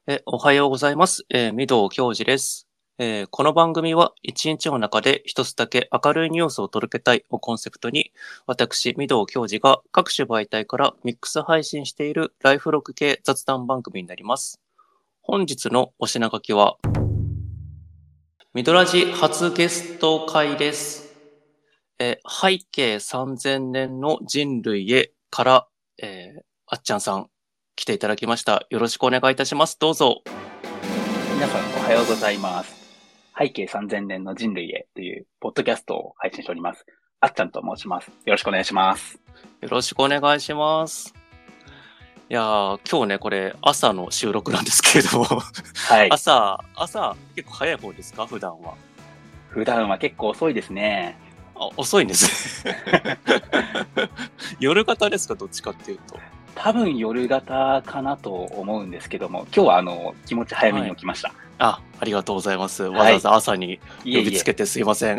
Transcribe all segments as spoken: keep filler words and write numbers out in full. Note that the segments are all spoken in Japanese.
え、おはようございます。えー、御堂教授です。えーこの番組は一日の中で一つだけ明るいニュースを届けたいをコンセプトに、私、御堂教授が各種媒体からミックス配信しているライフログ系雑談番組になります。本日のお品書きは、ミドラジ初ゲスト会です。えー背景さんぜんねんの人類へから、えーあっちゃんさん来ていただきました。よろしくお願いいたします。どうぞ。 皆さんおはようございます。背景さんぜんねんの人類へというポッドキャストを配信しております。あっちゃんと申します。よろしくお願いします。 よろしくお願いします。いやー、今日ね、これ朝の収録なんですけれども、 はい。 朝、朝結構早い方ですか、普段は。 普段は結構遅いですね。 あ、遅いんですね。夜型ですか、どっちかっていうと。 多分夜型かなと思うんですけども、今日はあの気持ち早めに起きました。 あ、ありがとうございます。わはい。 ざわざ朝にいえいえ。 呼びつけてすいません。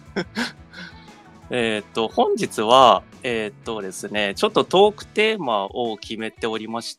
えっと、本日は、えっとですね、ちょっとトークテーマを決めておりまして、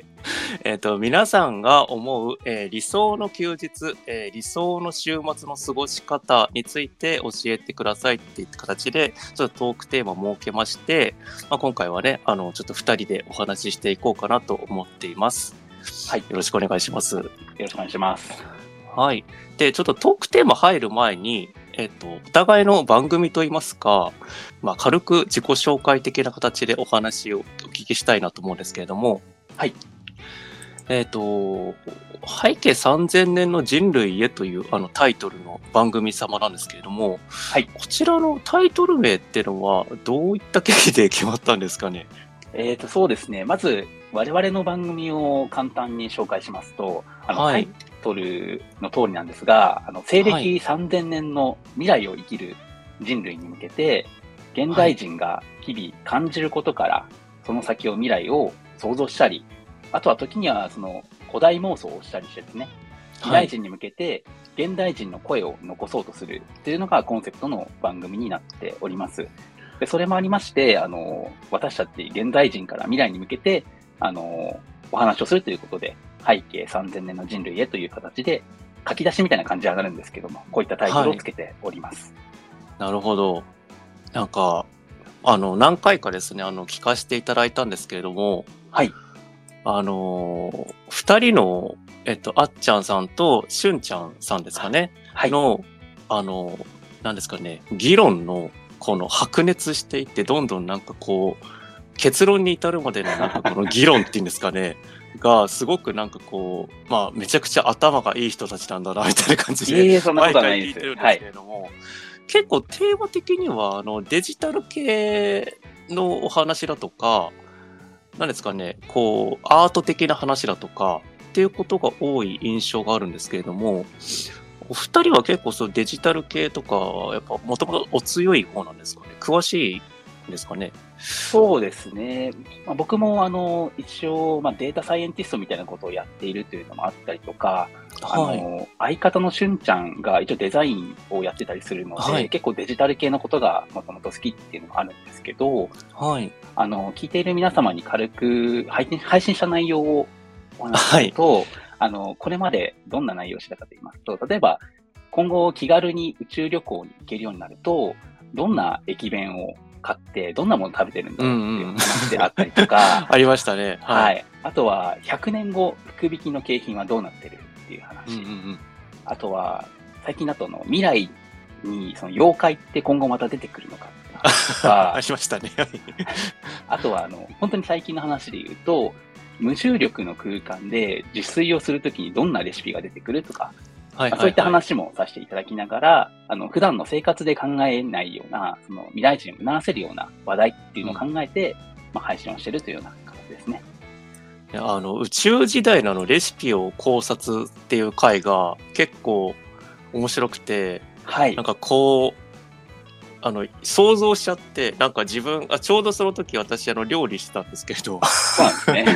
えっと、皆さんが思う、えー理想の休日、えー理想の週末の過ごし方について教えてくださいっていう形で、ちょっとトークテーマを設けまして、まあ、今回はね、あの、ちょっとふたりでお話ししていこうかなと思っています。 はい。 よろしくお願いします。 よろしくお願いします。 はい。で、ちょっとトークテーマ入る前に、えっと、お互いの番組といいますか、まあ、軽く自己紹介的な形でお話をお聞きしたいなと思うんですけれども、 はい。 えっと、背景さんぜんねんの人類へというあのタイトルの番組様なんですけれども、 はい。 こちらのタイトル名っていうのはどういった経緯で決まったんですかね。 えーと、そうですね。まず、我々の番組を簡単に紹介しますと、あの、タイはい。 トルの通りなんですが、あの、西はい。 暦さんぜんねんの未来を生きる人類に向けて、現はい。 代人が日々感じることから、その先を未来を想像したり、あとは時にはその古代妄想をしたりしてですね、未はい。 来人に向けて現代人の声を残そうとするというのがコンセプトの番組になっております。で、それもありまして、あの、私たち現代人から未来に向けて、あの、お話をするということで、背景さんぜんねんの人類へという形で、書き出しみたいな感じにはなるんですけども、こういったタイトルはい。 をつけております。 なるほど。なんか、あの、何回かですね、あの、聞かせていただいたんですけれども、 はい。 あのー、二人の、えっと、あっちゃんさんとしゅんちゃんさんですかね、 はい。 の、あの、なんですかね、議論の、この白熱していって、どんどんなんかこう、結論に至るまでのなんかこの議論っていうんですかね、が、すごくなんかこう、まあ、めちゃくちゃ頭がいい人たちなんだな、みたいな感じで、 いえいえ、そんなこ毎とはないです。 回聞いてるんですはい。 けれども、結構テーマ的には、あの、デジタル系のお話だとか、なんですかね、こう、アート的な話だとか、っていうことが多い印象があるんですけれども、お二人は結構そうデジタル系とか、やっぱもともとお強い方なんですかね。詳しいんですかね。 そうですね。まあ、僕もあの一応、まあ、データサイエンティストみたいなことをやっているというのもあったりとか、あはい。 の相方のしゅんちゃんが一応デザインをやってたりするので、 はい。 結構デジタル系のことがもともと好きっていうのもあるんですけど、 はい。 あの聞いている皆様に軽く配信配信した内容をお話しすはい。 ると、あのこれまでどんな内容をしたかと言いますと、例えば今後気軽に宇宙旅行に行けるようになると、どんな駅弁を買って、どんなもの食べてるんだうんろうっていううん。 話であったりとか、 ありましたね。はい。 はい。あとは、ひゃくねんご、福引きの景品はどうなってるっていううんうんう話。 ん。 あとは、最近だとの未来にその妖怪って今後また出てくるのかっていう話とあか、 りましたね。はい。 あとは、あの、本当に最近の話で言うと、無重力の空間で自炊をするときにどんなレシピが出てくるとか、 はいまあ、そういったはいはい。 話もさせていただきながら、あの、普段の生活で考えないような、その未来人を促せるような話題っていうのをうん。 考えて、まあ、配信をしているというような形ですね。 いやあの、宇宙時代のあのレシピを考察っていう回が結構面白くて、 はい。 なんかこう、あの、想像しちゃって、なんか自分、あ、ちょうどその時私、あの、料理してたんですけど、 そうなんですね。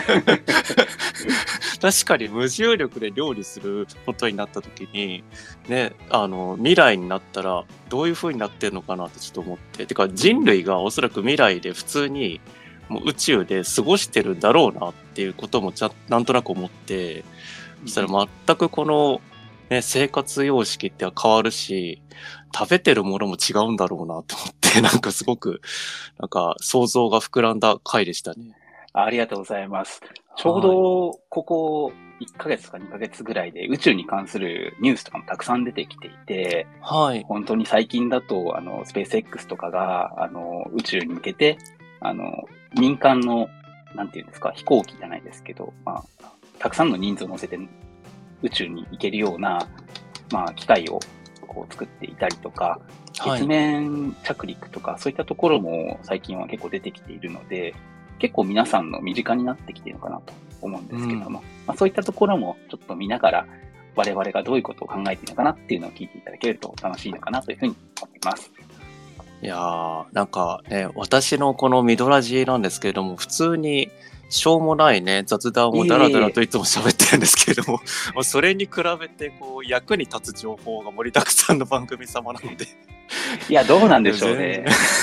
確かに無重力で料理することになった時に、ね、あの、未来になったらどういう風になってんのかなってちょっと思って、てか人類がおそらく未来で普通にもう宇宙で過ごしてるんだろうなっていうこともちゃなんとなく思って、 そしたら全くこの、ね、生活様式って変わるし、食べてるものも違うんだろうなと思って、なんかすごく、なんか想像が膨らんだ回でしたね。 ありがとうございます。ちょうはい。 ど、ここいっかげつかにかげつぐらいで宇宙に関するニュースとかもたくさん出てきていて、 はい。 本当に最近だと、あの、スペース X とかが、あの、宇宙に向けて、あの、民間の、なんていうんですか、飛行機じゃないですけど、まあ、たくさんの人数を乗せて宇宙に行けるような、まあ、機械をこう作っていたりとか、月はい。 面着陸とか、そういったところも最近は結構出てきているので、結構皆さんの身近になってきているのかなと思うんですけども、まあ、そういったところもちょっと見ながら、我々がどういうことを考えているのかなっていうのを聞いていただけると楽しいのかなというふうに思います。 いやー、なんかね、私のこのミドラジなんですけれども、普通にしょうもないね、雑談をダラダラといつも喋ってるんですけれども、もうそれに比べてこう役に立つ情報が盛りだくさんの番組様なので。 いや、どうなんでしょうね。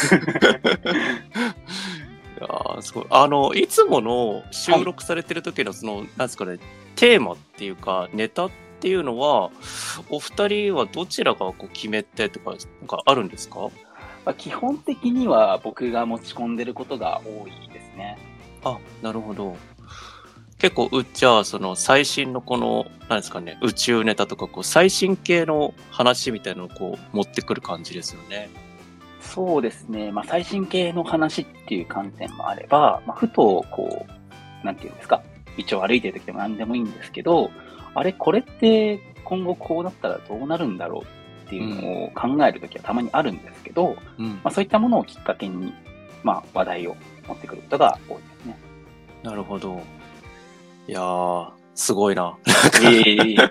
いやーすごい。あの、いつもの収録されてる時のその、はい、なんですかね、テーマっていうか、ネタっていうのは、お二人はどちらがこう決めてとか、なんかあるんですか？ まあ、基本的には僕が持ち込んでることが多いですね。 あ、なるほど。結構、うじゃあ、その最新のこの、なんですかね、宇宙ネタとか、こう、最新系の話みたいなのをこう、持ってくる感じですよね。 そうですね。まあ、最新系の話っていう観点もあれば、まあ、ふと、こう、なんていうんですか、道を歩いてる時でも何でもいいんですけど、あれ、これって今後こうなったらどうなるんだろうっていうのを考える時はたまにあるんですけど、 うん。 まあ、そういったものをきっかけに、まあ、話題を持ってくることが多いですね。 なるほど。いやー、すごいな。 ええ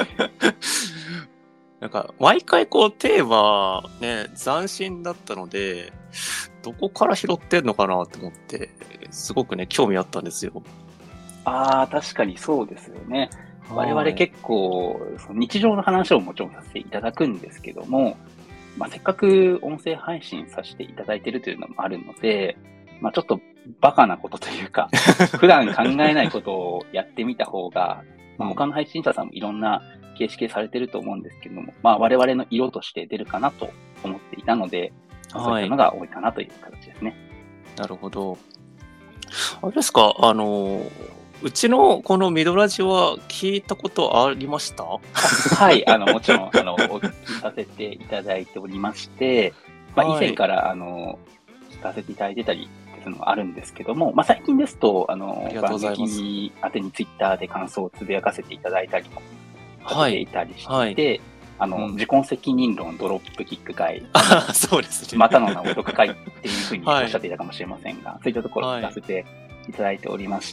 なんか、毎回こう、テーマ、ね、斬新だったので、どこから拾ってんのかなと思って、すごくね、興味あったんですよ。 ああ、確かにそうですよね。我々 はい。 結構、その日常の話をもちろんさせていただくんですけども、まあ、せっかく音声配信させていただいているというのもあるので、まあ、ちょっとバカなことというか、普段考えないことをやってみた方が、まあ、 うん。 他の配信者さんもいろんな形式でされてると思うんですけども、まあ、我々の色として出るかなと思っていたので、まあ、そういっはい。 たのが多いかなという形ですね。 なるほど。あれですか、あの、うちのこのミドラジは聞いたことありました？ あ、はい、あの、もちろん、あの、お聞きさせていただいておりまして、まあ、以はい。 前から、あの、聞かせていただいてたりっていうのがあるんですけども、まあ、最近ですと、あの、 ありがとうご番ざいます。 組宛てにツイッターで感想をつぶやかせていただいたりもさせはい。 ていたりしていはい。 て、あの、 うん。 自己責任論ドロップキック会、あの、 あそうですね。 またの名を読会っていうふうにおはい。 っしゃっていたかもしれませんが、そういったところを聞はい。 かせていただいておりまして、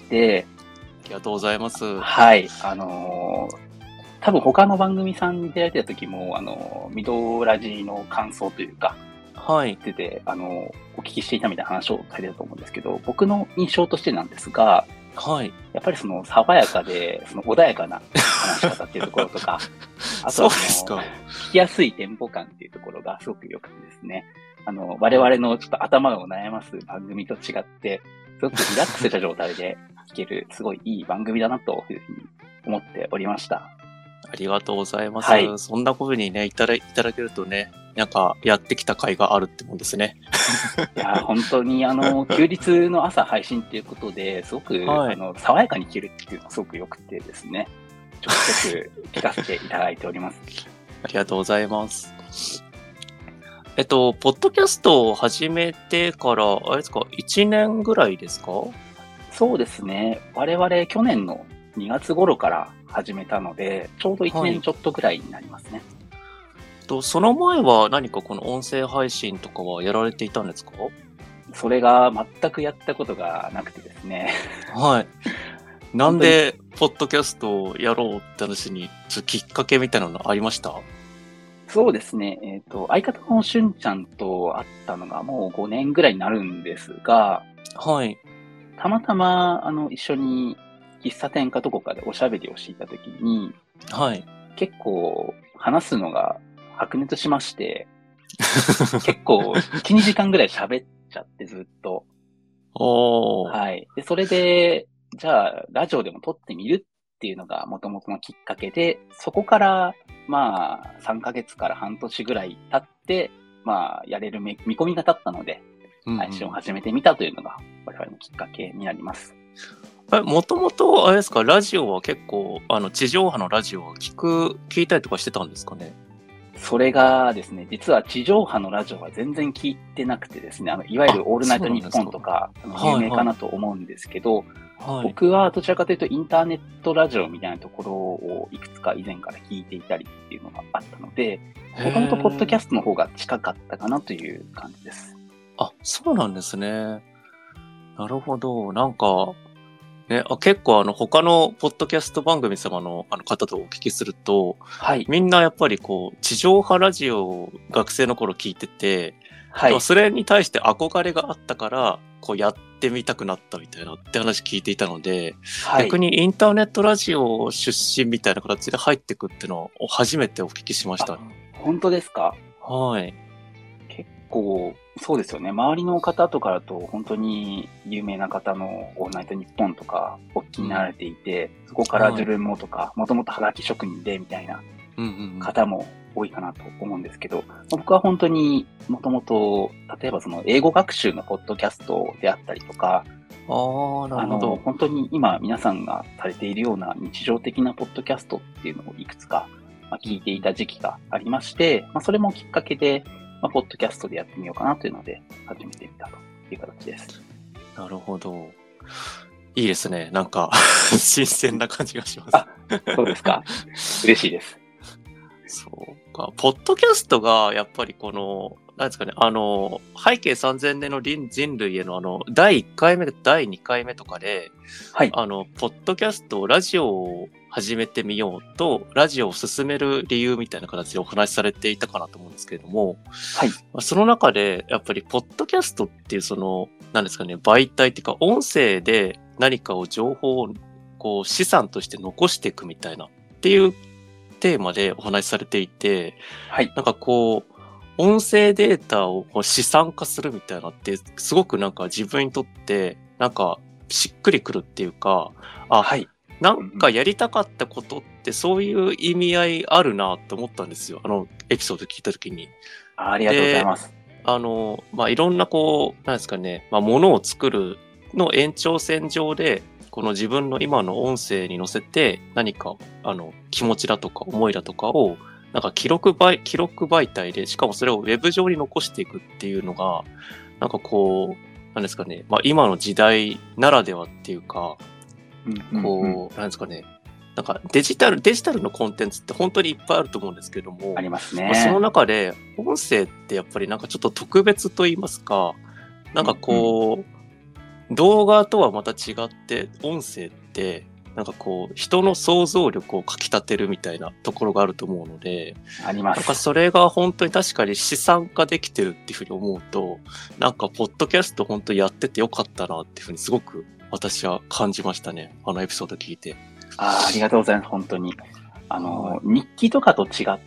ありがとうございます。 はい、あの多分他の番組さんに出られてた時も、あの、ミドラジの感想というか、 はい。 出て、あの、お聞きしていたみたいな話をされてたと思うんですけど、僕の印象としてなんですが、 はい。 やっぱりその爽やかで、その穏やかな話し方っていうところとか、あとそうはその、 ですか。 聞きやすいテンポ感っていうところがすごく良くてですね、あの、我々のちょっと頭を悩ます番組と違って、すごくリラックスした状態で聞ける、すごいいい番組だなというふうに思っておりました。 ありがとうございます。 はい。 そんな風にね、いただいただけるとね、なんかやってきた甲斐があるってもんですね。 いやー、本当にあの、休日の朝配信っていうことで、すごく、 はい。 あの、爽やかに聞けるっていうのはすごく良くてですね、ちょくちょく聞かせていただいております。 ありがとうございます。えっと、ポッドキャストを始めてから、あれですか、いちねんぐらいですか？ そうですね。我々去年のにがつ頃から始めたので、ちょうど1 はい。 年ちょっとぐらいになりますね。 と、その前は何かこの音声配信とかはやられていたんですか？ それが全くやったことがなくてですね。 はい。な本当にんで、ポッドキャストをやろうって話に、ちょっときっかけみたいなのありました？ そうですね。えっ、と、相方のしゅんちゃんと会ったのがもうごねんぐらいになるんですが、 はい。 たまたま、あの、一緒に喫茶店かどこかでおしゃべりをしていたときに、 はい。 結構話すのが白熱しまして、結構いち、にじかんぐらい喋っちゃってずっと。 おー。 はい。で、それで、じゃあ、ラジオでも撮ってみるっっていうのがもともとのきっかけで、そこからまあさんかげつから半年ぐらい経って、まあやれる見込みが立ったので、配信を始めてみたというのが我々のきっかけになります。 もともとあれですか、ラジオは結構あの地上波のラジオは聞く聞いたりとかしてたんですかね。 それがですね、実は地上波のラジオは全然聞いてなくてですね、あのいわゆるオールナイトニッポンとかあの有名かなと思うんですけど、はいはい、僕はどちらかというとインターネットラジオみたいなところをいくつか以前から聞いていたりっていうのがあったので、もともとポッドキャストの方が近かったかなという感じです。 あ、そうなんですね。なるほど。なんか、ね、あ結構あの他のポッドキャスト番組様のあの方とお聞きすると、はい、みんなやっぱりこう地上波ラジオを学生の頃聞いてて、はい、それに対して憧れがあったからこうやってみたくなったみたいなって話聞いていたので、はい、逆にインターネットラジオ出身みたいな形で入ってくってのを初めてお聞きしました。 本当ですか？ はい。 結構そうですよね。周りの方とかだと本当に有名な方のオールナイトニッポンとかお聞きになられていて、うん、そこから自分もとか、もともとハガキ職人でみたいな方も多いかなと思うんですけど、うんうんうん、僕は本当にもともと、例えばその英語学習のポッドキャストであったりとか、 ああ、なるほど。 本当に今皆さんがされているような日常的なポッドキャストっていうのをいくつか聞いていた時期がありまして、まあ、それもきっかけで、まあ、ポッドキャストでやってみようかなというので始めてみたという形です。 なるほど。いいですね。なんか新鮮な感じがします。 あ、そうですか。嬉しいです。 そうか。ポッドキャストがやっぱりこの、なんですかね、あの、背景さんぜんねんの人類へのあの、だいいっかいめ、だいにかいめとかで、はい。あの、ポッドキャスト、ラジオを始めてみようと、ラジオを進める理由みたいな形でお話しされていたかなと思うんですけれども、はい。その中で、やっぱり、ポッドキャストっていうその、なんですかね、媒体っていうか、音声で何かを情報を、こう、資産として残していくみたいなっていうテーマでお話しされていて、はい。なんかこう、音声データを資産化するみたいなって、すごくなんか自分にとって、なんかしっくりくるっていうか、あ、はい。なんかやりたかったことってそういう意味合いあるなと思ったんですよ。あのエピソード聞いたときに。 あ、ありがとうございます。 あの、まあ、いろんなこう、なんですかね、まあ、ものを作るの延長線上で、この自分の今の音声に乗せて何か、あの、気持ちだとか思いだとかを、なんか記録媒、記録媒体で、しかもそれをウェブ上に残していくっていうのが、なんかこう、なんですかね、まあ今の時代ならではっていうか、 うんうんうん、 こう、なんですかね、なんかデジタル、デジタルのコンテンツって本当にいっぱいあると思うんですけども、 ありますね。 まあ、その中で、音声ってやっぱりなんかちょっと特別と言いますか、なんかこう、うんうん、動画とはまた違って、音声って、なんかこう、人の想像力をかき立てるみたいなところがあると思うので、 あります。 なんかそれが本当に確かに資産化できてるっていうふうに思うと、なんかポッドキャスト本当やっててよかったなっていうふうにすごく私は感じましたね。あのエピソード聞いて。 ああ、ありがとうございます。本当に。あの、はい、日記とかと違って、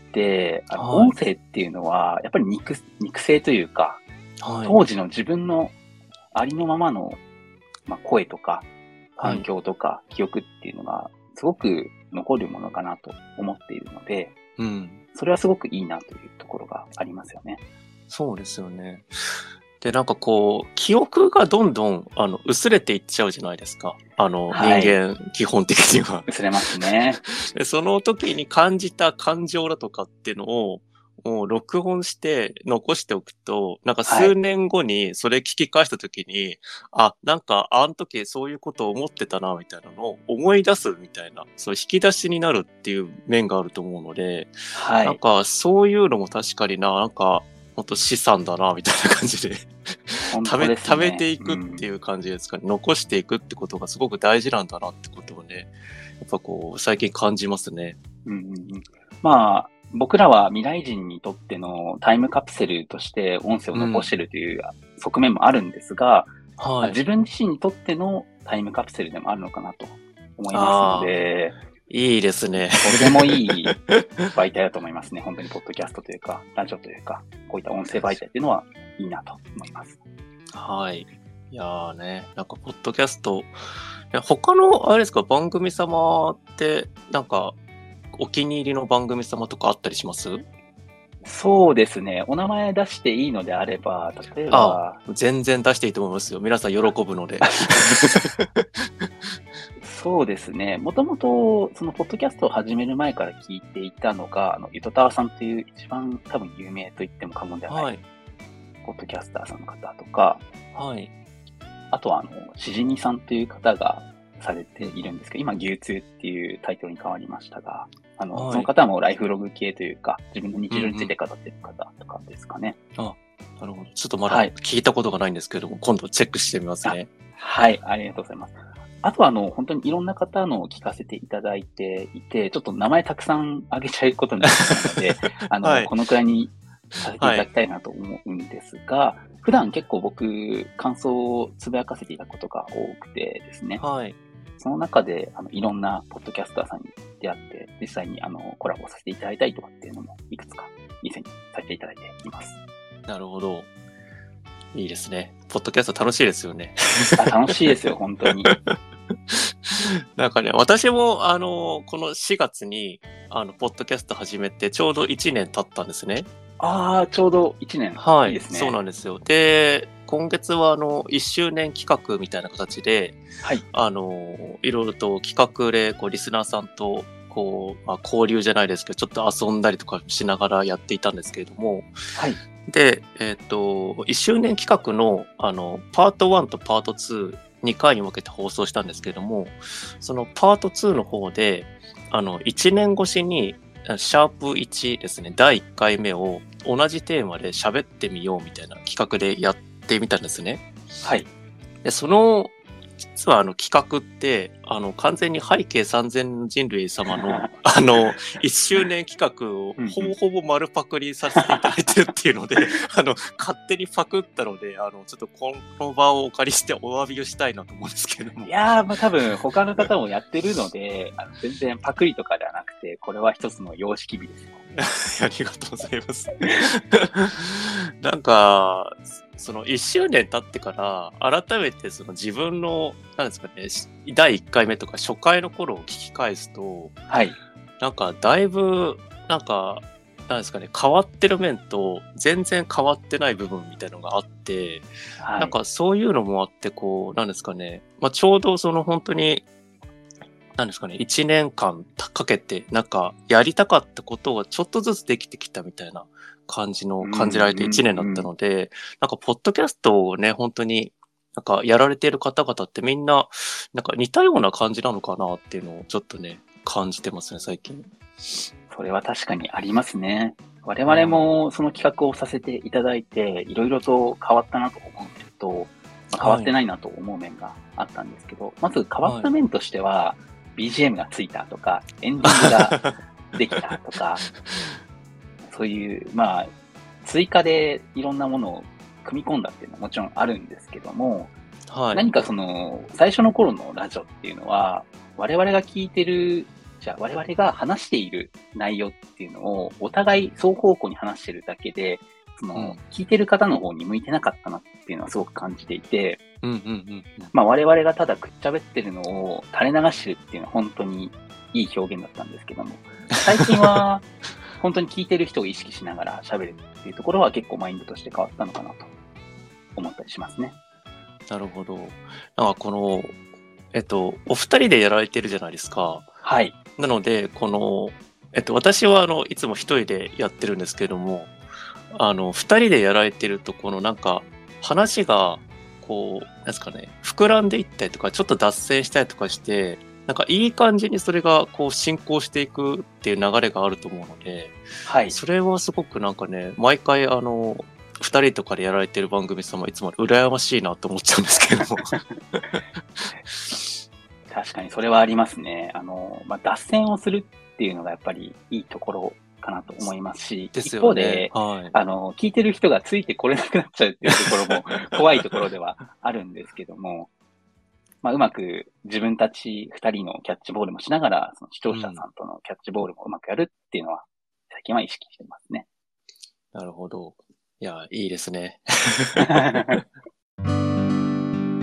あの、音声っていうのは、やっぱり肉、肉声というか、はい、当時の自分のありのままの、まあ、声とか、環境とか記憶っていうのがすごく残るものかなと思っているので、うん、それはすごくいいなというところがありますよね。 そうですよね。で、なんかこう、記憶がどんどん、あの、薄れていっちゃうじゃないですか。あの、はい、人間、基本的には。 薄れますね。 で、その時に感じた感情だとかっていうのを、もう録音して残しておくと、なんか数年後にそれ聞き返した時に、はい、あ、なんかあの時そういうことを思ってたな、みたいなのを思い出すみたいな、そういう引き出しになるっていう面があると思うので、はい、なんかそういうのも確かにな、なんか本当資産だな、みたいな感じで貯め、貯めていくっていう感じですかね、うん。残していくってことがすごく大事なんだなってことをね、やっぱこう最近感じますね。 うんうんうん、まあ僕らは未来人にとってのタイムカプセルとして音声を残しているという側面もあるんですが、うんはい、自分自身にとってのタイムカプセルでもあるのかなと思いますので、 いいですね。 とてもいい媒体だと思いますね。本当にポッドキャストというか、ラジオというか、こういった音声媒体っていうのはいいなと思います。 はい。いいやーね、なんか、ポッドキャスト、いや他の、あれですか、番組様って、なんか、お気に入りの番組様とかあったりします？ そうですね。お名前出していいのであれば、例えあば、 あ、全然出していいと思いますよ。皆さん喜ぶので。 そうですね。もともと、その、ポッドキャストを始める前から聞いていたのが、あの、ゆとたわさんという一番多分有名と言っても過言ではない、 はい。 ポッドキャスターさんの方とか、 はい。 あとは、あの、しじみさんという方がされているんですけど、今、牛通っていうタイトルに変わりましたが、あの、そはい。 の方もライフログ系というか、自分の日常についうんうん。 て語っている方とかですかね。 あ、なるほど。ちょっとまだはい。 聞いたことがないんですけれども、今度チェックしてみますあ、 ね。 はい、ありがとうございます。あとは、あの、本当にいろんな方のを聞かせていただいていて、ちょっと名前たくさん挙げちゃうことになってしまうので、あの、 はい。 このくらいにさせていたはい。 だきたいなと思うんですが、普段結構僕、感想をつぶやかせていただくことが多くてですね、 はい。 その中で、あの、いろんなポッドキャスターさんに出会って、実際にあの、コラボさせていただいたりとかっていうのも、いくつか以前にさせていただいています。 なるほど。いいですね。ポッドキャスト楽しいですよね。 あ、楽しいですよ、本当に。 なんかね、私も、あの、このしがつに、あの、ポッドキャスト始めてちょうどいちねん経ったんですね。 ああ、ちょうどいちねん。 はい。そういいですね。 なんですよ。で、今月は、あの、いっしゅうねん企画みたいな形で、 はい。 あの、いろいろと企画で、こう、リスナーさんと、こう、まあ、交流じゃないですけど、ちょっと遊んだりとかしながらやっていたんですけれども、 はい。 で、えっと、いっしゅうねん企画の、あの、パートワンとパートツー、にかいに分けて放送したんですけれども、そのパートツーの方で、あの、いちねん越しに、シャープいちですね、だいいっかいめを同じテーマで喋ってみようみたいな企画でやってみたんですね。 はい。 で、その、実はあの企画って、あの、完全に背景さんぜん人類様の、あの、いっしゅうねん企画をうんうんほぼほぼ丸パクリさせていただいてるっていうので、あの、勝手にパクったので、あの、ちょっとこの場をお借りしてお詫びをしたいなと思うんですけども。 いやー、まあ多分他の方もやってるので、あの全然パクリとかではなくて、これは一つの様式美ですよ。 ありがとうございます。なんか、そのいっしゅうねん経ってから、改めてその自分の、なんですかね、しだいいっかいめとか初回の頃を聞き返すと、 はい。 なんかだいぶ、なんか、なんですかね、変わってる面と全然変わってない部分みたいのがあって、なんはい。 かそういうのもあって、こう、なんですかね、まあ、ちょうどその本当に、なんですかね、いちねんかんかけて、なんか、やりたかったことがちょっとずつできてきたみたいな感じの、 うん感じられて1年だったうんうん。 ので、なんか、ポッドキャストをね、本当に、なんか、やられている方々ってみんな、なんか似たような感じなのかなっていうのをちょっとね、感じてますね、最近。 それは確かにありますね。我々 はもその企画をさせていただいて、いろいろと変わったなと思う面と、まあ、変わい。はい。 ってないなと思う面があったんですけど、まず変わっはい。 た面としては、ビージーエム がついたとか、エンディングができたとか、そういう、まあ、追加でいろんなものを組み込んだっていうのはもちろんあるんですけども、 はい。 何かその、最初の頃のラジオっていうのは、我々が聞いてる、じゃあ我々が話している内容っていうのを、お互い双方向に話してるだけで、その、 うん。 聞いてる方の方に向いてなかったなっていうのはすごく感じていて、 うんうんうんうん。 まあ我々がただくっちゃべってるのを垂れ流してるっていうのは本当にいい表現だったんですけども、最近は本当に聞いてる人を意識しながら喋るっていうところは結構マインドとして変わったのかなと思ったりしますね。 なるほど。なんかこの、えっと、お二人でやられてるじゃないですか。 はい。 なので、この、えっと、私はあの、いつも一人でやってるんですけども、あの、二人でやられてると、このなんか、話が、こう、なんですかね、膨らんでいったりとか、ちょっと脱線したりとかして、なんかいい感じにそれがこう進行していくっていう流れがあると思うので、 はい。 それはすごくなんかね、毎回あの、二人とかでやられてる番組様いつも羨ましいなと思っちゃうんですけども。 確かにそれはありますね。あの、まあ、脱線をするっていうのがやっぱりいいところかなと思いますし、 です一よね。 方で、 はい。 あの、聞いてる人がついてこれなくなっちゃうっていうところも怖いところではあるんですけども、まあ、うまく自分たち二人のキャッチボールもしながら、その視聴者うん。 さんとのキャッチボールもうまくやるっていうのは、最近は意識してますね。 なるほど。いや、いいですね。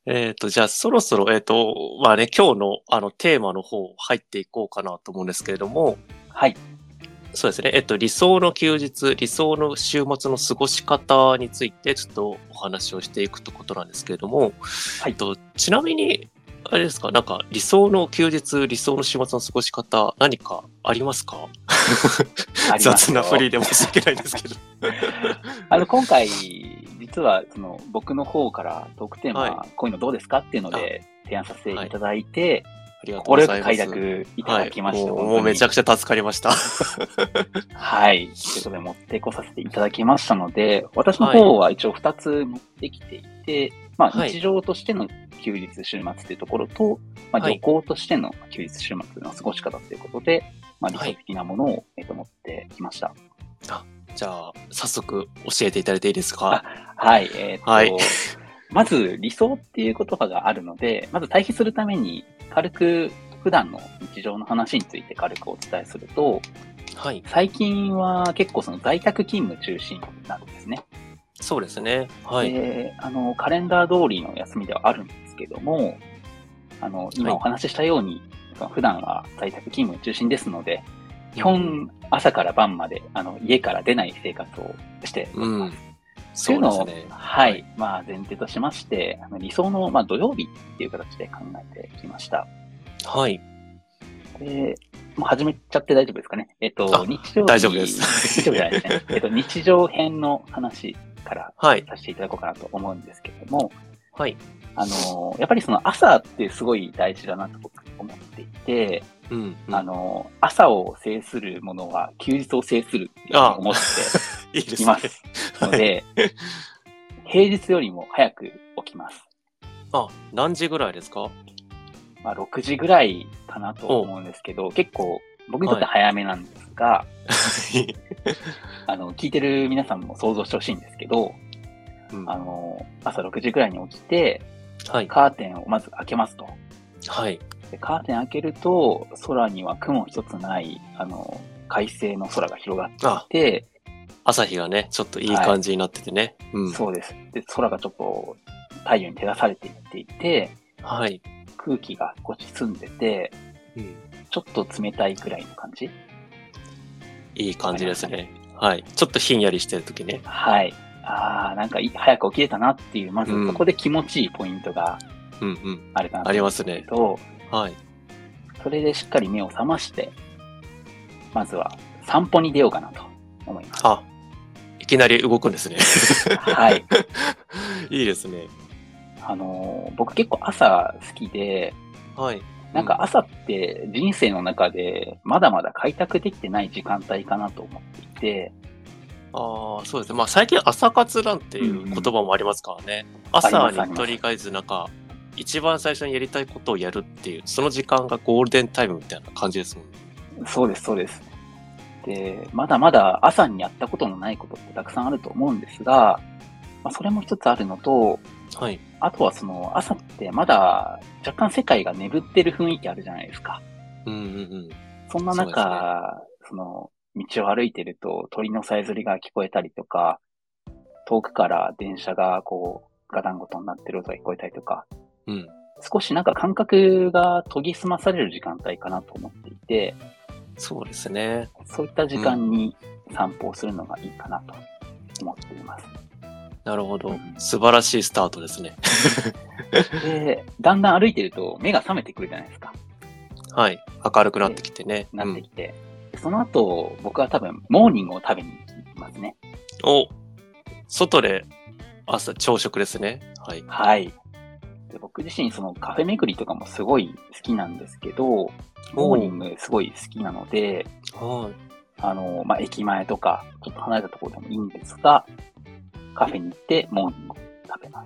えっと、じゃあそろそろ、えっと、まあね、今日のあのテーマの方入っていこうかなと思うんですけれども、 はい。 そうですね、えっと、理想の休日、理想の週末の過ごし方についてちょっとお話をしていくということなんですけれども、 はい。 えっと、ちなみに、あれですか、なんか理想の休日、理想の週末の過ごし方、何かありますか？ ありますよ。 雑な振りで申し訳ないですけど。 あの、今回、実は、その、僕の方からトークテーマ、 はい。 こういうのどうですかっていうので提案させていただいて、 ありがとうこれよく快ございます。 諾いたはい。 だきまして、 もう、 本当に。 もうめちゃくちゃ助かりました。 はい。ということで持ってこさせていただきましたので、私のはい。 方は一応ふたつ持ってきていて、まあはい日常としての休日週末というところと、まあはい旅行としての休日週末の過ごし方ということで、まあ理想的なものを、えっと持ってきました。 あ、じゃあ、早速教えていただいていいですか？ はい。えっと、 はい。 まず理想っていう言葉があるので、まず対比するために軽く普段の日常の話について軽くお伝えすると、 はい。 最近は結構その在宅勤務中心なんですね。 そうですね。はい。 で、あの、カレンダー通りの休みではあるんですけども、あの、今お話ししたように、その普段は在宅勤務中心ですので、基本朝から晩まで、あの、家から出ない生活をしております。 うん。 というのを、 そうですね。 はい、まあ前提としまして、あの理想の、まあ、土曜日っていう形で考えてきました。 はい。 で、もう始めちゃって大丈夫ですかね。えっと、 あ、 日曜日。 大丈夫です日曜日じゃないですね。えっと、日常編の話からはい。 させていただこうかなと思うんですけれども、 はい。 あの、やっぱりその朝ってすごい大事だなと僕思っていて、 うん。うんあの、朝を制するものは休日を制するっていうふうに思っていいですね。 いますので、平日よりも早く起きます。 あ、何時ぐらいですか？ まあ、ろくじぐらいかなと思うんですけど、結構僕にとって早めなんですが、あの、聞いてる皆さんも想像してほしいんですけど、 うん、 あの、朝ろくじぐらいに起きて、 はい。 カーテンをまず開けますと。 はい。 でカーテン開けると、空には雲一つない、あの、快晴の空が広がっていて、 朝日がね、ちょっといい感じになっててね。 はい、うん、そうです。で、空がちょっと太陽に照らされていっていて、 はい。 空気が少し澄んでて、うん、ちょっと冷たいくらいの感じ。 いい感じですね。はい。ちょっとひんやりしてる時ね。 はい。ああ、なんか早く起きれたなっていう、まずそこで気持ちいいポイントがあるかなと思うんですけど、 うんうん、ありますね。はい。 それでしっかり目を覚まして、まずは散歩に出ようかなと思います。 あ、いきなり動くんですね。 はい。 いいですね。 あのー、僕結構朝好きで、 はい。 なんか朝って人生の中でまだまだ開拓できてない時間帯かなと思っていて、 ああ、そうですね。まあ最近朝活なんていう言葉もありますからね。うんうん、朝にとりあえずなんか、一番最初にやりたいことをやるっていう、その時間がゴールデンタイムみたいな感じですもんね。 そうです、そうです。で、まだまだ朝にやったことのないことってたくさんあると思うんですが、まあ、それも一つあるのと、 はい。 あとはその朝ってまだ若干世界が眠ってる雰囲気あるじゃないですか。 うんうんうん。 そんな中、そ、ね、その道を歩いてると鳥のさえずりが聞こえたりとか、遠くから電車がこうガタンゴトンになってる音が聞こえたりとか、 うん、 少しなんか感覚が研ぎ澄まされる時間帯かなと思っていて、 そうですね。 そういった時間に散歩をするのがいいかなと思っています。 うん、なるほど、うん。素晴らしいスタートですね。 で、だんだん歩いてると目が覚めてくるじゃないですか。 はい。明るくなってきてね。 なってきて。うん、その後、僕は多分、モーニングを食べに行きますね。 お、外で朝朝食ですね。はい。 はい。で僕自身、そのカフェ巡りとかもすごい好きなんですけど、モーニングすごい好きなので、はい。あの、まあ、駅前とか、ちょっと離れたところでもいいんですが、カフェに行ってモーニングを食べます。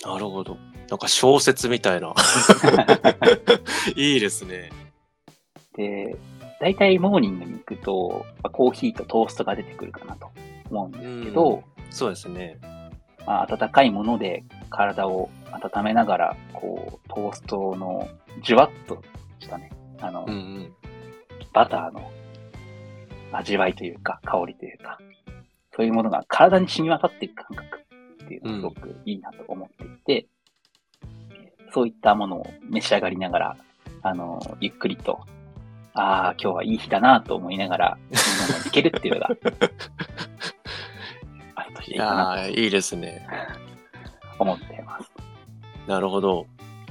なるほど。なんか小説みたいな。いいですね。 で、大体モーニングに行くと、コーヒーとトーストが出てくるかなと思うんですけど、 そうですね。 まあ、温かいもので体を温めながら、こう、トーストのじゅわっとしたね、あの、うんうん、バターの味わいというか、香りというか、そういうものが体に染み渡っていく感覚っていうのがすごくいいなと思っていて、 そういったものを召し上がりながら、あの、ゆっくりと、ああ、今日はいい日だなと思いながら、飲んでいけるっていうのが、あるとしていいかなと。いいですね。 思っています。 なるほど。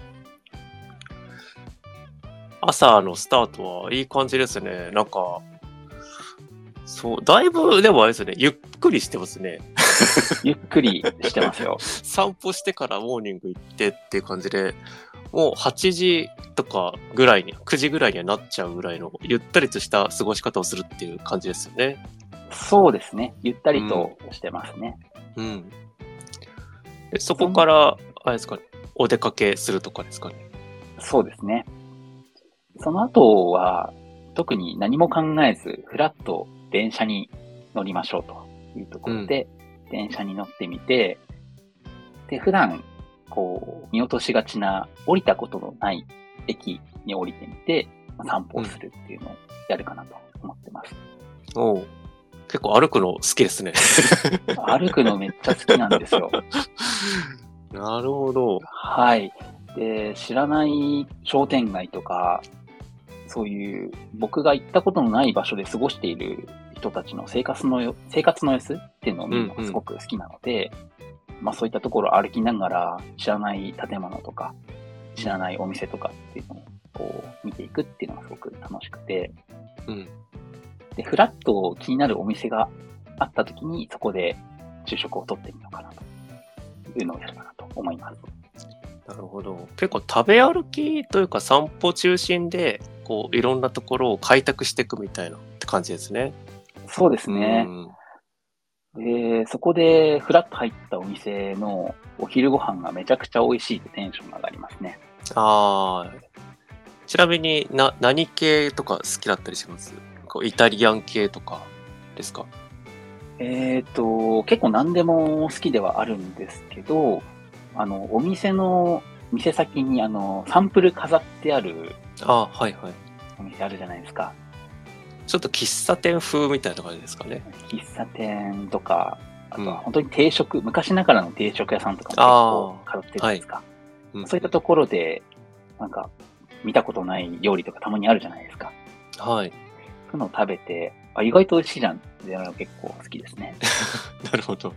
朝のスタートはいい感じですね。なんか、そう、だいぶ、でもあれですね、ゆっくりしてますね。 ゆっくりしてますよ。 散歩してからモーニング行ってっていう感じで、もうはちじとかぐらいに、くじぐらいにはなっちゃうぐらいの、ゆったりとした過ごし方をするっていう感じですよね。 そうですね。ゆったりとしてますね。 うん。うん、でそこから、あれですかね、お出かけするとかですかね。 そうですね。その後は、特に何も考えず、ふらっと電車に乗りましょうというところで、うん、電車に乗ってみて、で、普段、こう、見落としがちな、降りたことのない駅に降りてみて、散歩をするっていうのをやるかなと思ってます。 うん、おう、結構歩くの好きですね。 歩くのめっちゃ好きなんですよ。 なるほど。 はい。で、知らない商店街とか、そういう僕が行ったことのない場所で過ごしている人たちの生活のよ、生活の様子っていうのを見るのがすごく好きなので、うんうん、まあそういったところを歩きながら知らない建物とか、知らないお店とかっていうのをこう見ていくっていうのがすごく楽しくて、 うん、 で、ふらっと気になるお店があった時にそこで昼食をとってみようかなというのをやるかなと思います。 なるほど。結構食べ歩きというか散歩中心で、こういろんなところを開拓していくみたいなって感じですね。 そうですね。で、そこでフラッと入ったお店のお昼ご飯がめちゃくちゃ美味しいとテンションが上がりますね。 ああ。ちなみにな何系とか好きだったりします？こうイタリアン系とかですか？ えっと、結構何でも好きではあるんですけど、あの、お店の、店先にあの、サンプル飾ってある、 あ、はいはい。 お店あるじゃないですか。 ちょっと喫茶店風みたいな感じですかね。 喫茶店とか、あとは本当に定食、うん、昔ながらの定食屋さんとかも結構飾ってるじゃないですか。はい、うん、そういったところで、なんか、見たことない料理とかたまにあるじゃないですか。 はい。 そういうのを食べて、あ、意外と美味しいじゃんっていうのが結構好きですね。 なるほど。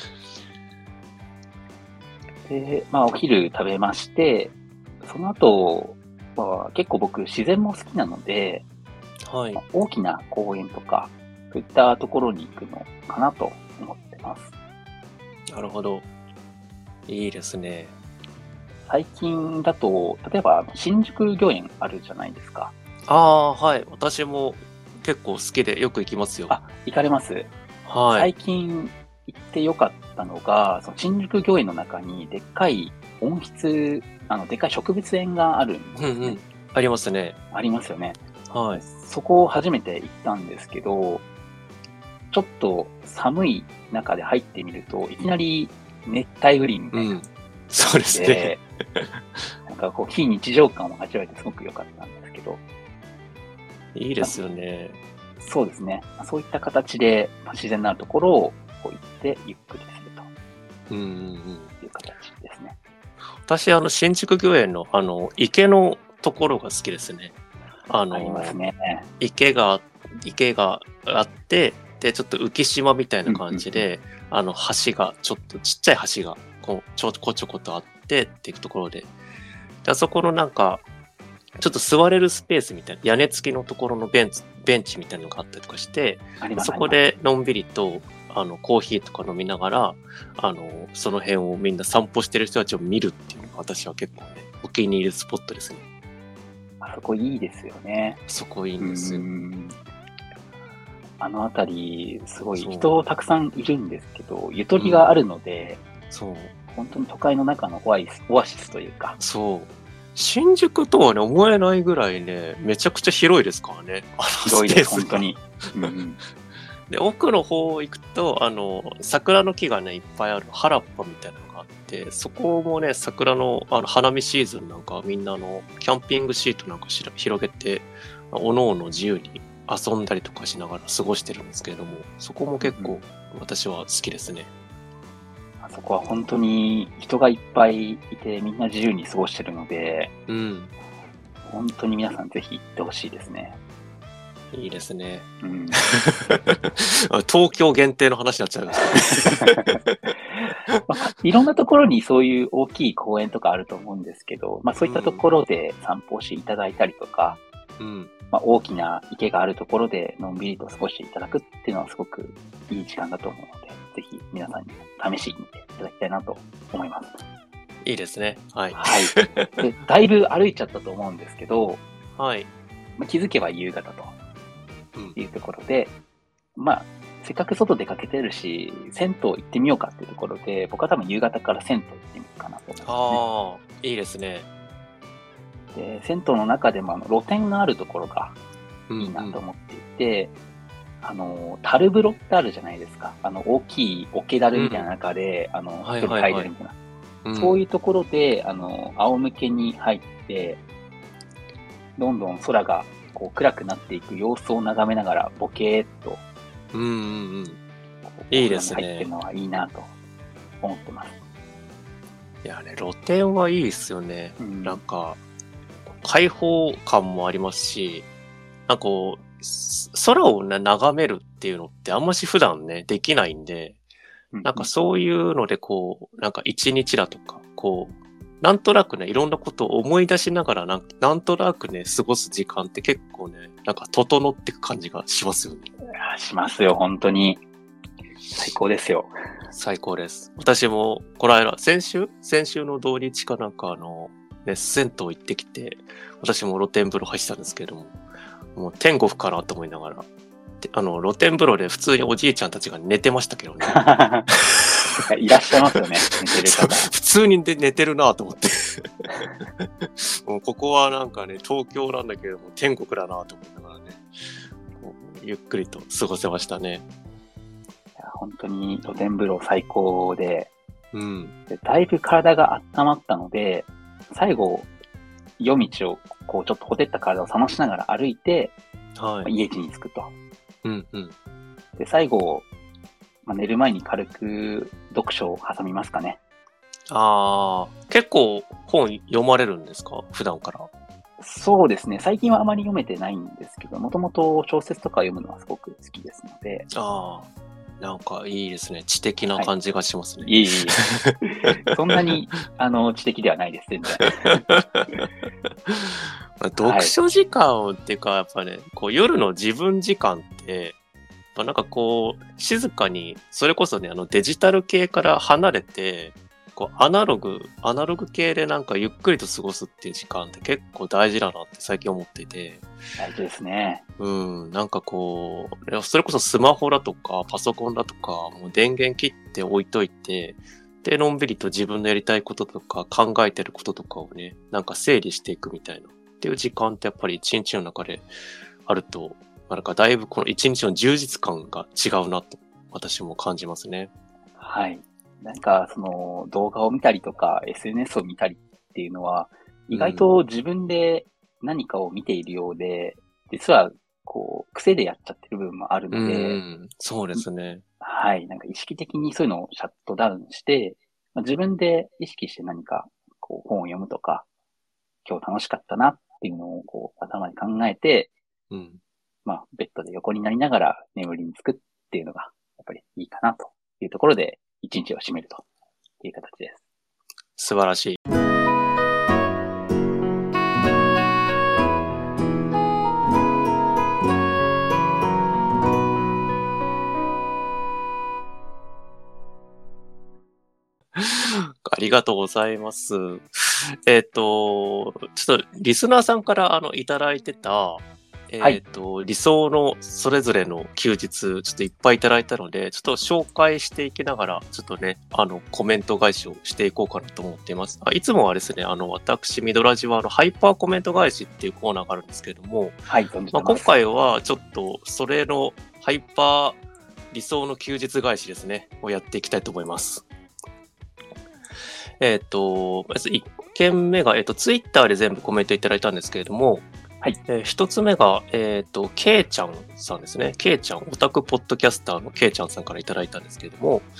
で、まあ、お昼食べまして、その後は結構僕自然も好きなので、 はい、 まあ、大きな公園とか、そういったところに行くのかなと思ってます。 なるほど。いいですね。 最近だと、例えば新宿御苑あるじゃないですか。 ああ、はい。私も結構好きでよく行きますよ。 あ、行かれます？ はい。 最近行ってよかったのが、その新宿御苑の中にでっかい温室、あの、でっかい植物園があるんですね。うんうん、 ありますね。 ありますよね。 はい。 そこを初めて行ったんですけど、ちょっと寒い中で入ってみると、いきなり熱帯雨林みたいな、うん。 そうですね。 なんかこう、非日常感を味わえてすごく良かったんですけど。 いいですよね。 そうですね。そういった形で、まあ、自然のあるところをこう行ってゆっくりすると。うんうんうん。いう形ですね。 私、あの、新宿御苑の、あの、池のところが好きですね。あの、 ありますね。 池が、池があって、で、ちょっと浮島みたいな感じで、うんうんうん、あの、橋が、ちょっとちっちゃい橋が、こう、ちょこちょことあってっていうところで、であそこのなんか、ちょっと座れるスペースみたいな、屋根付きのところのベンチ、ベンチみたいなのがあったりとかして、そこでのんびりと、あの、コーヒーとか飲みながら、あの、その辺をみんな散歩してる人たちを見るっていうのが私は結構ね、お気に入りスポットですね。 あそこいいですよね。 そこいいんですよ。 あのあたり、すごい人たくさんいるんですけど、ゆとりがあるので、うん、そう。本当に都会の中のオアシス、オアシスというか。 そう。新宿とはね、思えないぐらいね、めちゃくちゃ広いですからね。 あの広いです、本当に。うんうん、 で、奥の方行くと、あの、桜の木がね、いっぱいある原っぱみたいなのがあって、そこもね、桜のあの花見シーズンなんかみんなのキャンピングシートなんかしら広げて、おのおの自由に遊んだりとかしながら過ごしてるんですけれども、そこも結構私は好きですね。 あそこは本当に人がいっぱいいて、みんな自由に過ごしてるので、 うん。 本当に皆さんぜひ行ってほしいですね。 いいですね。 うん、 東京限定の話になっちゃいましたね。 まあ、いろんなところにそういう大きい公園とかあると思うんですけど、まあ、そういったところで散歩していただいたりとか、 うん。 まあ、大きな池があるところでのんびりと過ごしていただくっていうのはすごくいい時間だと思うので、ぜひ皆さんに試しに見ていただきたいなと思います。 いいですね。はい。 はい。で、だいぶ歩いちゃったと思うんですけど、 はい。 まあ、気づけば夕方とうん。 いうところで、まあ、せっかく外出かけてるし、銭湯行ってみようかっていうところで、僕は多分夕方から銭湯行ってみようかなと思いますね。 ああ、いいですね。 で、銭湯の中でもあの露天があるところがうん、 いいなと思っていて、うん、あの、樽風呂ってあるじゃないですか。あの、大きい桶樽みたいな中で、うん、あの、一人入れるみたいな。うん、そういうところで、あの、仰向けに入って、どんどん空がこう暗くなっていく様子を眺めながら、ボケーっと、 うんうんうん。いいですね。 入ってるのはいいなと思ってます。 いやね、露天はいいですよね。うん、なんか、開放感もありますし、なんかこう、空を、ね、眺めるっていうのってあんまし普段ね、できないんで、なんかそういうのでこう、なんか一日だとか、こう、なんとなくね、いろんなことを思い出しながらなん、なんとなくね、過ごす時間って結構ね、なんか整っていく感じがしますよね。 いや、しますよ、本当に。最高ですよ。 最高です。私も、この間、先週先週の土日かなんかあの、ね、銭湯行ってきて、私も露天風呂入ってたんですけども、もう天国かなと思いながら、あの、露天風呂で普通におじいちゃんたちが寝てましたけどね。 いらっしゃいますよね、寝てる方。 普通に寝てるなと思って。もうここはなんかね、東京なんだけども、天国だなと思いながらね、ゆっくりと過ごせましたね。 いや本当に露天風呂最高で、 うん、 でだいぶ体が温まったので、最後、夜道をこうちょっとほてった体を冷ましながら歩いて、はい、家路に着くと。 うんうん、 で最後、まあ、寝る前に軽く読書を挟みますかね。 ああ、結構本読まれるんですか？普段から。 そうですね。最近はあまり読めてないんですけど、もともと小説とか読むのはすごく好きですので。 ああ、なんかいいですね。知的な感じがしますね。 はい、いえいえ。そんなに、あの、知的ではないです、全然。 読書時間っていうか、やっぱね、こう夜の自分時間って、やっぱなんかこう、静かに、それこそね、あのデジタル系から離れて、こうアナログ、アナログ系でなんかゆっくりと過ごすっていう時間って結構大事だなって最近思っていて。 大事ですね。 うん、なんかこう、それこそスマホだとかパソコンだとか、もう電源切って置いといて、で、のんびりと自分のやりたいこととか考えてることとかをね、なんか整理していくみたいなっていう時間ってやっぱり一日の中であると、なんかだいぶこの一日の充実感が違うなと私も感じますね。 はい。なんかその動画を見たりとか エスエヌエス を見たりっていうのは意外と自分で何かを見ているようで、うん、実はこう癖でやっちゃってる部分もあるので、うん、 そうですね。 はい。なんか意識的にそういうのをシャットダウンして、まあ、自分で意識して何かこう本を読むとか、今日楽しかったなっていうのをこう頭に考えて、うん、まあベッドで横になりながら眠りにつくっていうのがやっぱりいいかなというところで一日を締めるという形です。 素晴らしい。ありがとうございます。えっと、ちょっとリスナーさんからあのいただいてた、えっと、はい、理想のそれぞれの休日、ちょっといっぱいいただいたので、ちょっと紹介していきながら、ちょっとね、あの、コメント返しをしていこうかなと思っています。あいつもはですね、あの、私、ミドラジは、あの、ハイパーコメント返しっていうコーナーがあるんですけれども、 はい、 まあ、今回はちょっと、それのハイパー理想の休日返しですね、をやっていきたいと思います。えっと、まずいっけんめが、えっと、ツイッターで全部コメントいただいたんですけれども、はい。えー、一つ目が、えっと、ケイちゃんさんですね。ケイちゃん、オタクポッドキャスターのケイちゃんさんからいただいたんですけれども、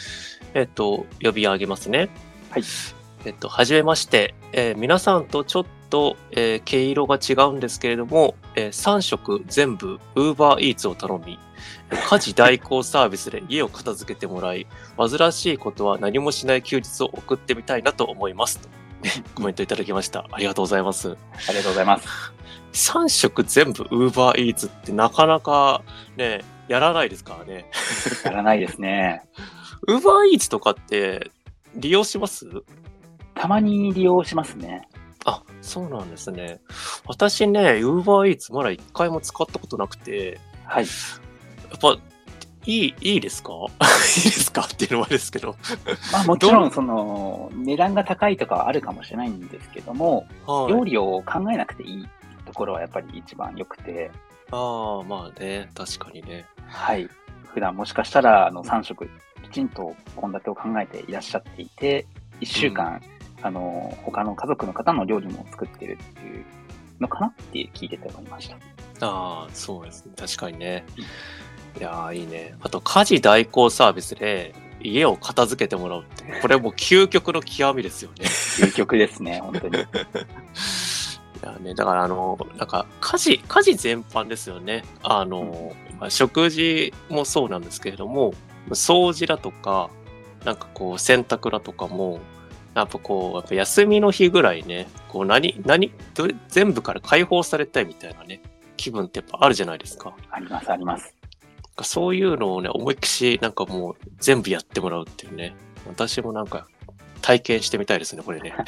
えっと、呼び上げますね。 はい。 えっと、はじめまして。えー皆さんとちょっと、えー毛色が違うんですけれども、えーさん食全部 UberEats を頼み、えー家事代行サービスで家を片付けてもらい、煩わしいことは何もしない休日を送ってみたいなと思います。とコメントいただきました。ありがとうございます。 ありがとうございます。 さん食全部 UberEats ってなかなかね、やらないですからね。 やらないですね。 UberEats とかって利用します？ たまに利用しますね。 あ、そうなんですね。私ね、UberEats まだ一回も使ったことなくて、 はい。 やっぱ、いい、いいですか？いいですかっていうのはあれですけど。 まあもちろん、その、値段が高いとかはあるかもしれないんですけども、 はい。 料理を考えなくていいところはやっぱり一番良くて、 ああ、まあね、確かにね。 はい。普段もしかしたら、あの、さん食きちんと献立を考えていらっしゃっていて、いっしゅうかん、あの、他の家族の方の料理も作ってるっていうのかなって聞いてて思いました。 ああ、そうですね。確かにね。いやー、いいね。あと、家事代行サービスで家を片付けてもらうって、これもう究極の極みですよね。 究極ですね、本当に。 いやね、だからあの、なんか家事、家事全般ですよね。あの、まあ、食事もそうなんですけれども、掃除だとか、なんかこう洗濯だとかも、やっぱこう、やっぱ休みの日ぐらいね、こう何、何、どれ全部から解放されたいみたいなね、気分ってやっぱあるじゃないですか。 あります、あります。 そういうのをね、思いっきし、なんかもう全部やってもらうっていうね。私もなんか体験してみたいですね、これね。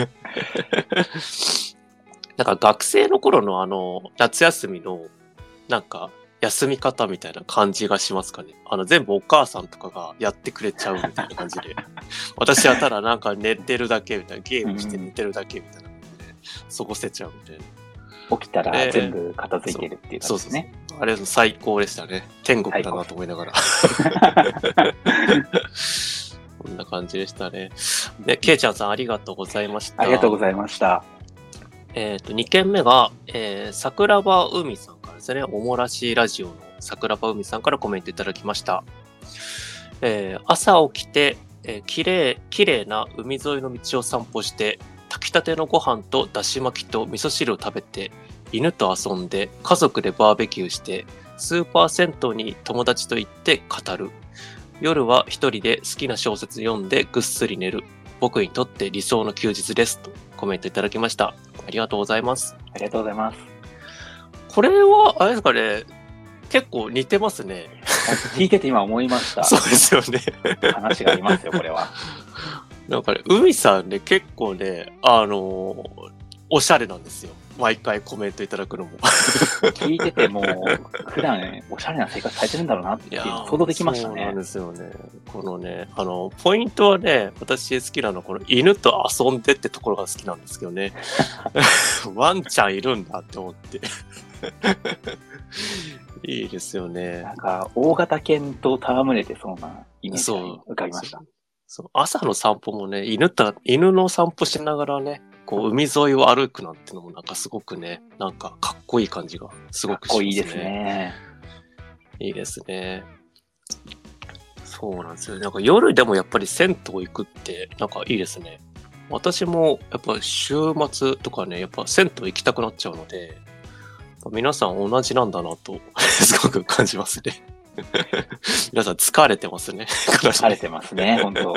なんか学生の頃のあの、夏休みの、なんか、休み方みたいな感じがしますかね。あの、全部お母さんとかがやってくれちゃうみたいな感じで。私はただなんか寝てるだけみたいな、ゲームして寝てるだけみたいな感じで、過ごせちゃうみたいな。 起きたら全部片付いてるっていう感じですね。 そうそうそう。あれ最高でしたね。天国だなと思いながら。こんな感じでしたね。で、けいちゃんさんありがとうございました。 ありがとうございました。 えっと、にけんめが、えー、桜庭海さんからですね、おもらしラジオの桜庭海さんからコメントいただきました。えー、朝起きて、えー、きれい、きれいな海沿いの道を散歩して、炊きたてのご飯とだし巻きと味噌汁を食べて、犬と遊んで、家族でバーベキューして、スーパー銭湯に友達と行って語る。夜は一人で好きな小説読んでぐっすり寝る。僕にとって理想の休日です。とコメントいただきました。ありがとうございます。 ありがとうございます。 これは、あれですかね、結構似てますね。 聞いてて今思いました。 そうですよね。 話がありますよ、これは。 なんかね、海さんね、結構ね、あのー、おしゃれなんですよ。毎回コメントいただくのも。 聞いててもう、普段おしゃれな生活されてるんだろうなっていうの想像できましたね。 そうなんですよね。このね、あの、ポイントはね、私好きなのはこの犬と遊んでってところが好きなんですけどね。ワンちゃんいるんだって思って。いいですよね。 なんか、大型犬と戯れてそうなイメージが浮かびました。 そう、朝の散歩もね、犬と、犬の散歩しながらね、こう、海沿いを歩くなんてのもなんかすごくね、なんかかっこいい感じがすごくしますね。かっこいいですね。いいですね。そうなんですよ。なんか夜でもやっぱり銭湯行くってなんかいいですね。私もやっぱ週末とかね、やっぱ銭湯行きたくなっちゃうので、皆さん同じなんだなとすごく感じますね。皆さん疲れてますね。 疲れてますね、本当。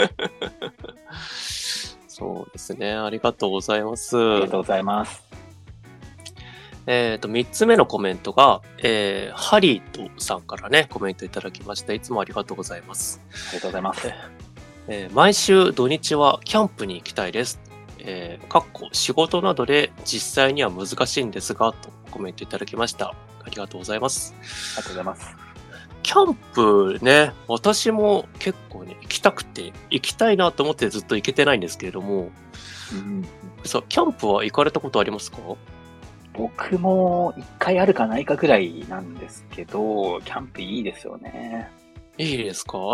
そうですね。ありがとうございます。 ありがとうございます。 えっと、三つ目のコメントが、えー、ハリートさんからね、コメントいただきました。いつもありがとうございます。 ありがとうございます。 えー、毎週土日はキャンプに行きたいです。えー、かっこ仕事などで実際には難しいんですが、とコメントいただきました。ありがとうございます。 ありがとうございます。 キャンプね、私も結構ね、行きたくて、行きたいなと思ってずっと行けてないんですけれども、うん、そう、キャンプは行かれたことありますか？ 僕も一回あるかないかぐらいなんですけど、キャンプいいですよね。 いいですか？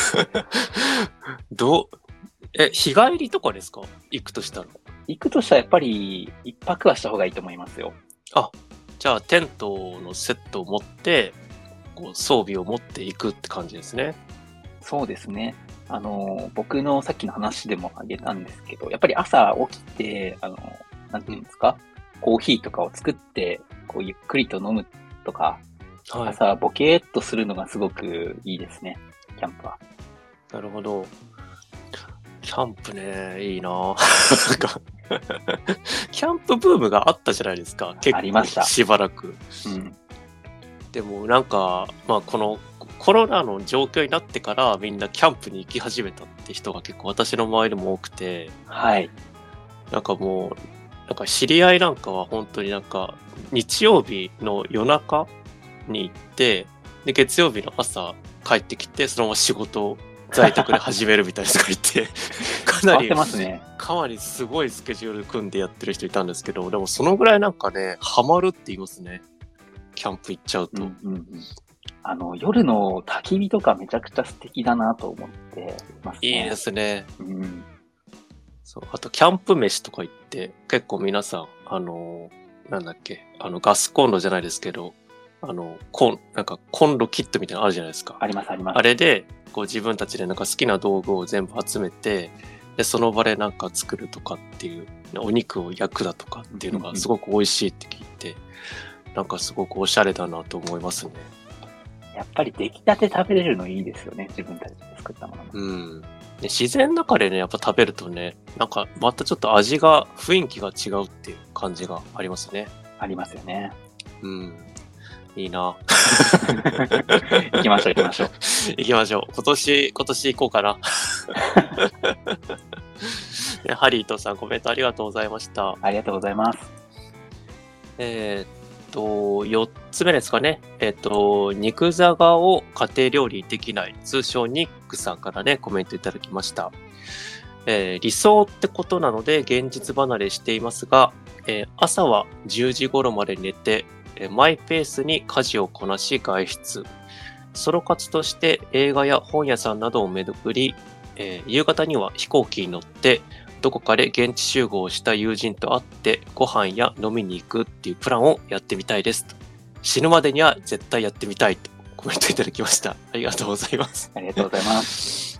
どう、え、日帰りとかですか？行くとしたら。 行くとしたらやっぱり一泊はした方がいいと思いますよ。 あ、じゃあテントのセットを持って、こう装備を持っていくって感じですね。 そうですね。 あの、僕のさっきの話でもあげたんですけど、やっぱり朝起きて、あの、なんていうんですか、コーヒーとかを作って、こうゆっくりと飲むとか、 はい。 朝ボケーっとするのがすごくいいですね、キャンプは。 なるほど。キャンプね、いいなぁ。なんかキャンプブームがあったじゃないですか。結構ありました。 しばらく。 うん。 でもなんか、まあこのコロナの状況になってからみんなキャンプに行き始めたって人が結構私の周りでも多くて、 はい。 なんかもう、なんか知り合いなんかは本当になんか日曜日の夜中に行って、で、月曜日の朝帰ってきて、そのまま仕事を在宅で始めるみたいな人がいて、かな変わってり、 ますね。 かなりすごいスケジュール組んでやってる人いたんですけど、でもそのぐらいなんかね、ハマるって言いますね。キャンプ行っちゃうと。 うんうんうん。あの、夜の焚き火とかめちゃくちゃ素敵だなと思ってますね。 いいですね。 うん。 そう。あと、キャンプ飯とか行って、結構皆さん、あのーなんだっけ、あの、ガスコンロじゃないですけど、あの、コン、なんかコンロキットみたいなのあるじゃないですか。 ありますあります。 あれで、こう自分たちでなんか好きな道具を全部集めて、で、その場でなんか作るとかっていう、お肉を焼くだとかっていうのがすごく美味しいって聞いて、なんかすごくおしゃれだなと思いますね。 やっぱり出来たて食べれるのいいですよね。自分たちで作ったものも。 うん。で自然の中でね、やっぱ食べるとね、なんかまたちょっと味が、雰囲気が違うっていう感じがありますね。 ありますよね。 うん。いいな。 行きましょう行きましょう。 行きましょう。今年、今年行こうかな。ねハリーとさんコメントありがとうございました。 ありがとうございます。 えーっと、よっつめですかね。えーっと、肉じゃがを家庭料理できない、通称ニックさんからね、コメントいただきました。えー理想ってことなので現実離れしていますが、えー朝はじゅうじ頃まで寝て、えーマイペースに家事をこなし外出。ソロ活として映画や本屋さんなどを巡り、えー夕方には飛行機に乗って、どこかで現地集合した友人と会ってご飯や飲みに行くっていうプランをやってみたいですと。死ぬまでには絶対やってみたいとコメントいただきました。ありがとうございます。 ありがとうございます。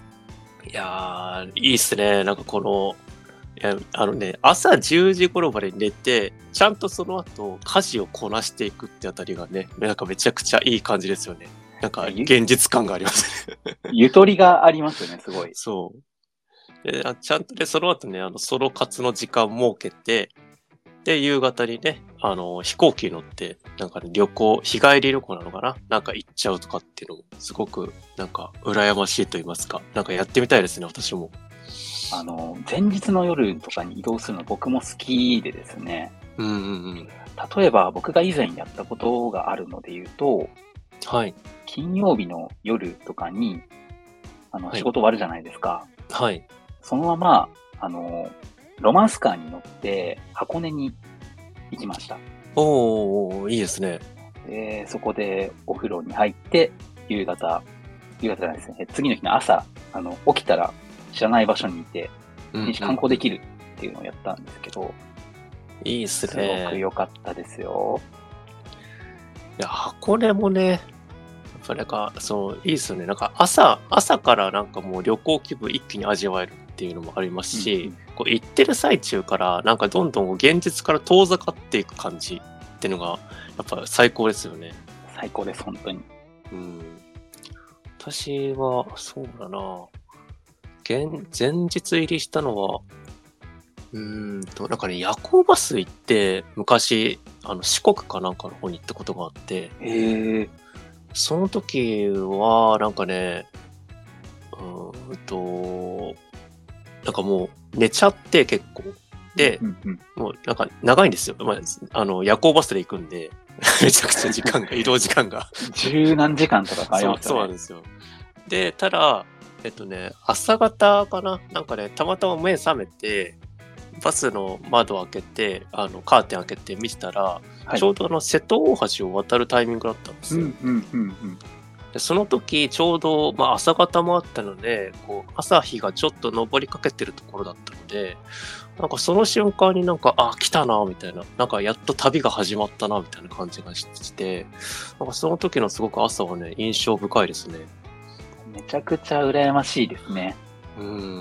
いやー、いいっすね。なんかこの、いや、あのね、朝じゅうじ頃まで寝て、ちゃんとその後、家事をこなしていくってあたりがね、なんかめちゃくちゃいい感じですよね。なんかゆ現実感がありますね。 ゆとりがありますよね、すごい。 そう。であちゃんとね、その後ね、あの、ソロ活の時間設けて、で、夕方にね、あの、飛行機に乗って、なんかね、旅行、日帰り旅行なのかななんか行っちゃうとかっていうのも、すごく、なんか、羨ましいと言いますか。なんかやってみたいですね、私も。 あの、前日の夜とかに移動するの僕も好きでですね。 うんうんうん。 例えば僕が以前やったことがあるので言うと、 はい。 金曜日の夜とかに、あの、 はい仕事終わるじゃないですか。 はい。 そのまま、あの、ロマンスカーに乗って箱根に行きました。 おー、いいですね。 で、そこでお風呂に入って、夕方、夕方じゃないですね。次の日の朝、あの、起きたら知らない場所にいて、 うん、うん。 観光できるっていうのをやったんですけど、 いいっすすごくね。 良かったですよ。 いや、箱根もね、やっぱなんか、そう、いいっすよね。なんか朝、朝からなんかもう旅行気分一気に味わえるっていうのもありますし、 うんうんこう行ってる最中からなんかどんどん現実から遠ざかっていく感じっていうのが、やっぱ最高ですよね。 最高です、本当に。 うん。私は、そうだな。現、前日入りしたのは、うーんと、なんかね、夜行バス行って、昔、あの、四国かなんかの方に行ったことがあって、 へえ。 その時は、なんかね、うーんと、なんかもう寝ちゃって結構。でう、んうん、 もうなんか長いんですよ。まあ、あの、夜行バスで行くんで、めちゃくちゃ時間が、移動時間が。 十何時間とかかかりそう、 ますよね。 そうなんですよ。で、ただ、えっとね、朝方かななんかね、たまたま目覚めて、バスの窓を開けて、あの、カーテン開けて見てたら、 はい。 ちょうどあの、瀬戸大橋を渡るタイミングだったんですよ。 うんうんうんうん。 でその時、ちょうど、まあ、朝方もあったので、こう、朝日がちょっと昇りかけてるところだったので、なんかその瞬間になんか、あ、来たな、みたいな。なんかやっと旅が始まったな、みたいな感じがして、なんかその時のすごく朝はね、印象深いですね。 めちゃくちゃ羨ましいですね。 うん、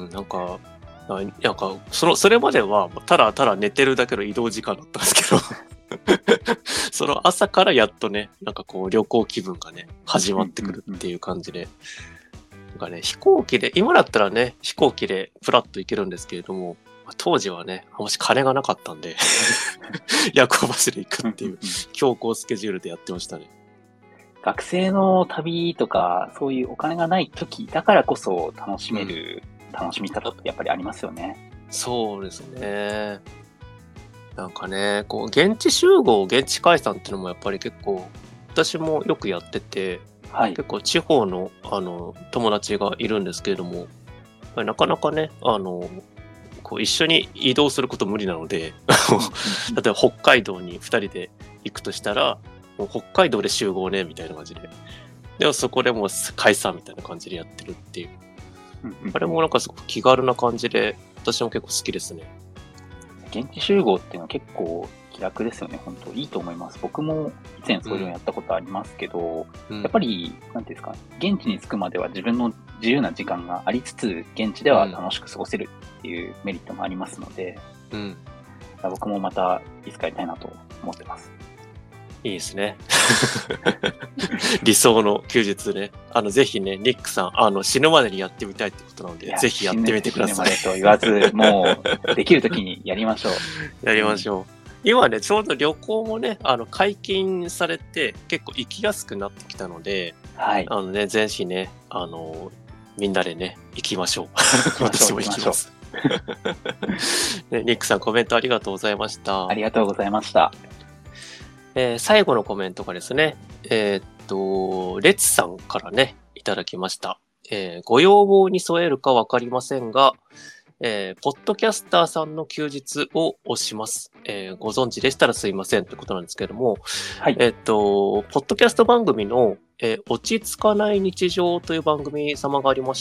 なんか、ななんか、その、それまでは、ただただ寝てるだけの移動時間だったんですけど、その朝からやっとね、なんかこう旅行気分がね、始まってくるっていう感じで、なんかね、飛行機で、今だったらね、飛行機でフラッと行けるんですけれども、当時はね、もし金がなかったんで、夜行バスで行くっていう強行スケジュールでやってましたね。 学生の旅とか、そういうお金がない時だからこそ楽しめる、うん、楽しみ方ってやっぱりありますよね。 そうですね。なんかね、こう、現地集合、現地解散っていうのもやっぱり結構、私もよくやってて、はい、結構地方の、あの、友達がいるんですけれども、なかなかね、あの、こう一緒に移動すること無理なので、例えば北海道にふたりで行くとしたら、もう北海道で集合ね、みたいな感じで。でもそこでもう解散みたいな感じでやってるっていう。あれもなんかすごく気軽な感じで、私も結構好きですね。 現地集合っていうのは結構気楽ですよね、本当いいと思います。僕も以前そういうのやったことありますけど、うん、やっぱり、なんていうんですか、現地に着くまでは自分の自由な時間がありつつ、現地では楽しく過ごせるっていうメリットもありますので、うん、僕もまたいつかやりたいなと思ってます。 いいですね。理想の休日ね。あの、ぜひね、ニックさん、あの、死ぬまでにやってみたいってことなので、ぜひやってみてください。 死ぬまでと言わず、もう、できるときにやりましょう。 やりましょう。うん、今ね、ちょうど旅行もね、あの、解禁されて、結構行きやすくなってきたので、はい。あのね、ぜひね、あの、みんなでね、行きましょう。私も行きます。ね、ニックさん、コメントありがとうございました。 ありがとうございました。 えー、最後のコメントがですね、えー、っと、レッツさんからね、いただきました。えー、ご要望に添えるかわかりませんが、えー、ポッドキャスターさんの休日を押します。えー、ご存知でしたらすいませんということなんですけども、はい、えー、っと、ポッドキャスト番組の、えー、落ち着かない日常という番組様がありまして、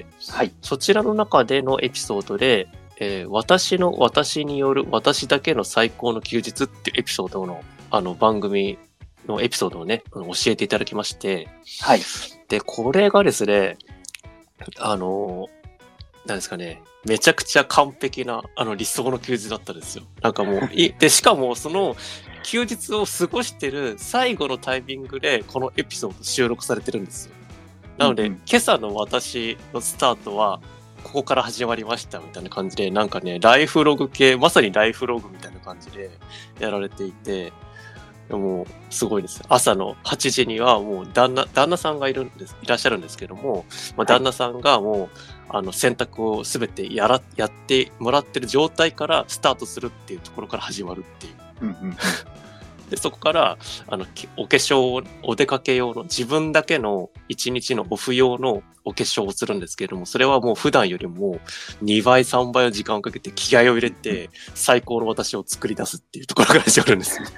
はい、そちらの中でのエピソードで、えー、私の私による私だけの最高の休日っていうエピソードのあの番組のエピソードをね、教えていただきまして、はい。で、これがですね、あの、なんですかね、めちゃくちゃ完璧な、あの理想の休日だったんですよ。なんかもう、いで、しかもその休日を過ごしてる最後のタイミングで、このエピソード収録されてるんですよ。なので、うんうん、今朝の私のスタートは、ここから始まりましたみたいな感じで、なんかね、ライフログ系、まさにライフログみたいな感じでやられていて、もうすごいです。朝のはちじにはもう旦那、旦那さんがいるんです、いらっしゃるんですけども、まあ、旦那さんがもう、あの洗濯をすべてやら、やってもらってる状態からスタートするっていうところから始まるっていう。うんうんで、そこから、あの、お化粧、お出かけ用の、自分だけの一日のオフ用のお化粧をするんですけれども、それはもう普段よりもにばい、さんばいの時間をかけて気合を入れて、最高の私を作り出すっていうところから始まるんですよ。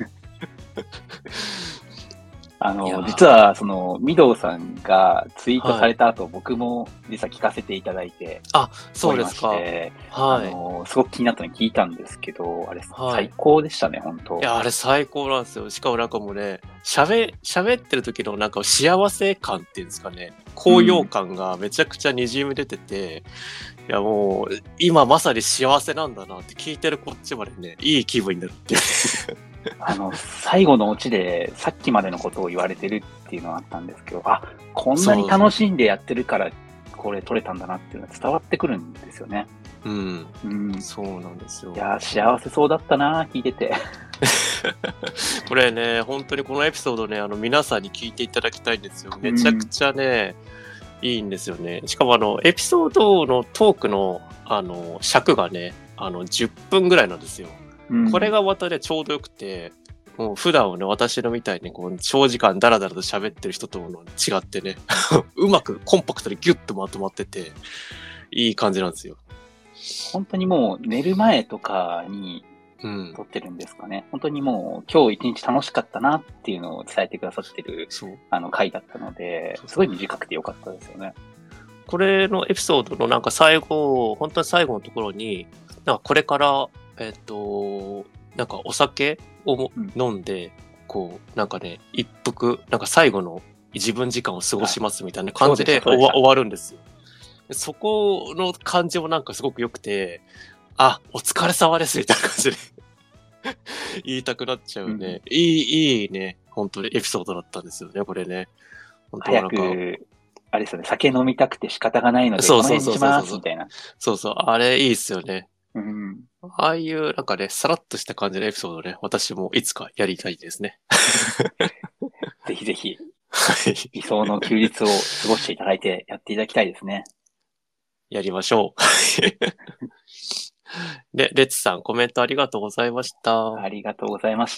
あの、実は、その、御堂さんがツイートされた後、はい、僕も実は聞かせていただいて、 あ、そうですか。はい。 あの、すごく気になったのに聞いたんですけど、あれ、はい、最高でしたね、本当。 いや、あれ最高なんですよ。しかもなんかもうね、喋、喋ってる時のなんか幸せ感っていうんですかね、高揚感がめちゃくちゃ滲み出てて、うん、いやもう、今まさに幸せなんだなって聞いてるこっちまでね、いい気分になるっていう。 あの、最後のオチで、さっきまでのことを言われてるっていうのはあったんですけど、あ、こんなに楽しんでやってるから、これ取れたんだなっていうのが伝わってくるんですよね。 うん。うん。そうなんですよ。 いや、幸せそうだったな、聞いてて。 これね、本当にこのエピソードね、あの、皆さんに聞いていただきたいんですよ。めちゃくちゃね、うん、いいんですよね。しかもあの、エピソードのトークの、あの、尺がね、あの、じゅっぷんぐらいなんですよ。うん、これがまたね、ちょうどよくて、もう普段はね、私のみたいにこう長時間ダラダラと喋ってる人との違ってね、うまくコンパクトにギュッとまとまってて、いい感じなんですよ。 本当にもう寝る前とかに撮ってるんですかね。うん、本当にもう今日一日楽しかったなっていうのを伝えてくださってるあの回だったので、すごい短くてよかったですよね。 これのエピソードのなんか最後、本当に最後のところに、なんかこれから、えっと、なんかお酒を飲んで、うん、こう、なんかね、一服、なんか最後の自分時間を過ごしますみたいな感じでそうでしたそうでした終わ終わるんですよ。そこの感じもなんかすごく良くて、あ、お疲れ様ですみたいな感じで言いたくなっちゃうね。いい、いいね、本当にエピソードだったんですよね、これね。本当な早んか、 く、あれですよね、酒飲みたくて仕方がないので、 そうこのそうそうそうそう辺にします、みたいな。 そうそう、あれいいっすよね。 うん。 ああいうなんかね、さらっとした感じのエピソードね、私もいつかやりたいですね。 ぜひぜひ、 はい。 理想の休日を過ごしていただいて、やっていただきたいですね。 やりましょう。で、レッツさん、コメントありがとうございました。 ありがとうございました。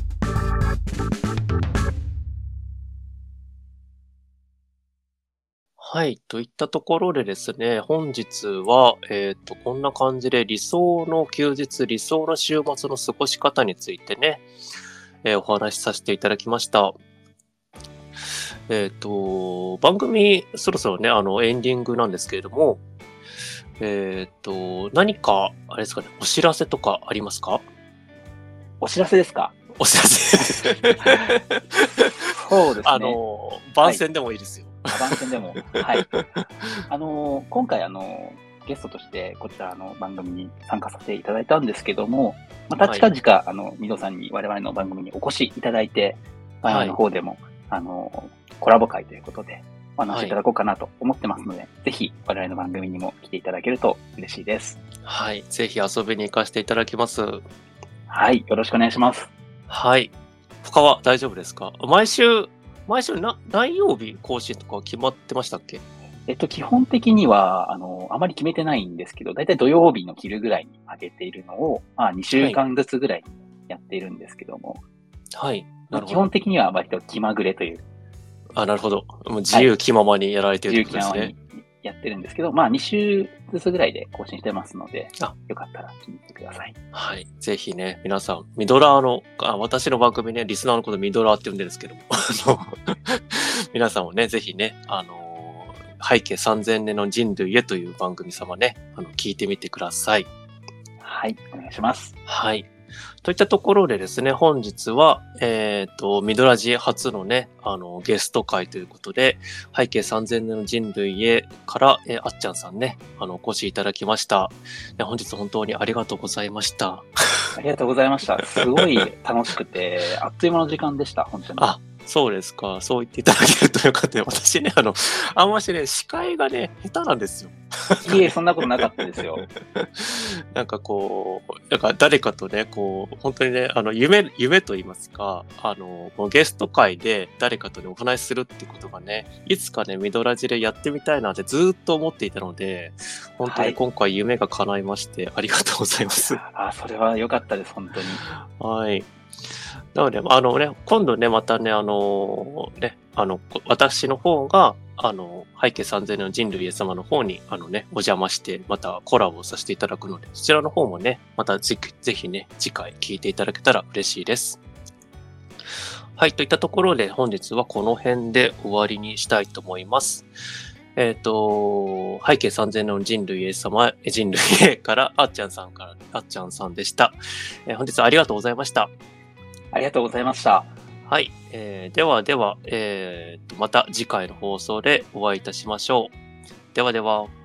はい。といったところでですね、本日は、えっと、こんな感じで理想の休日、理想の週末の過ごし方についてね、えーお話しさせていただきました。えっと、番組、そろそろね、あの、エンディングなんですけれども、えっと、何か、あれですかね、お知らせとかありますか？ お知らせですか？ お知らせ。 そうですね。 あの、番宣でもいいですよ。 あ番宣でも。はい。あの、今回、あの、ゲストとしてこちらの番組に参加させていただいたんですけども、また近々、あの、ミドさんに我々の番組にお越しいただいて、我々の方でも、あの、コラボ会ということで、お話しいただこうかなと思ってますので、ぜひ我々の番組にも来ていただけると嬉しいです。 はい。ぜひ遊びに行かせていただきます。 はい。よろしくお願いします。 はい。他は大丈夫ですか？毎週、毎週な、何曜日更新とか決まってましたっけ？ えっと、基本的には、あの、あまり決めてないんですけど、だいたい土曜日の昼ぐらいに上げているのを、まあ、にしゅうかんずつぐらいやっているんですけども、 はい。 まあ、 なるほど。 基本的には割と気まぐれという、 あ、なるほど。もう自由気ままにやられて自るってことです由気ままにね。 やってるんですけど、まあ、に週ずつぐらいで更新してますので、 あよかったら聞いてください。 はい。ぜひね、皆さん、ミドラーの、あ私の番組ね、リスナーのことミドラーって呼んでるんですけども、あの、皆さんもね、ぜひね、あの、背景さんぜんねんの人類へという番組様ね、あの、聞いてみてください。 はい、お願いします。 はい。といったところでですね、本日は、えっと、ミドラジ初のね、あの、ゲスト会ということで、背景さんぜんねんの人類へから、えーあっちゃんさんね、あの、お越しいただきました。ね本日本当にありがとうございました。 ありがとうございました。すごい楽しくて、あっという間の時間でした、本当に。 あ、そうですか。そう言っていただけるとよかったよ。私ね、あの、あんましね、司会がね、下手なんですよ。 いえ、そんなことなかったですよ。 なんかこう、なんか誰かとね、こう、本当にね、あの、夢、夢と言いますか、あの、このゲスト会で誰かとね、お話しするってことがね、いつかね、ミドラジでやってみたいなってずーっと思っていたので、本当に今回夢が叶いまして、ありがとうございます。 あ、それは良かったです、本当に。 はい。なので、あのね、今度ね、またね、あのね、あの、こ私の方が、あの、背景さんぜんねんの人類へ様の方に、あのね、お邪魔して、またコラボさせていただくので、そちらの方もね、またぜぜひね、次回聞いていただけたら嬉しいです。はい、といったところで、本日はこの辺で終わりにしたいと思います。えっ、と、背景さんぜんねんの人類へ様、人類へから、あっちゃんさんから、あっちゃんさんでした。えー本日はありがとうございました。 ありがとうございました。 はい。えーではでは、えーと、また次回の放送でお会いいたしましょう。ではでは。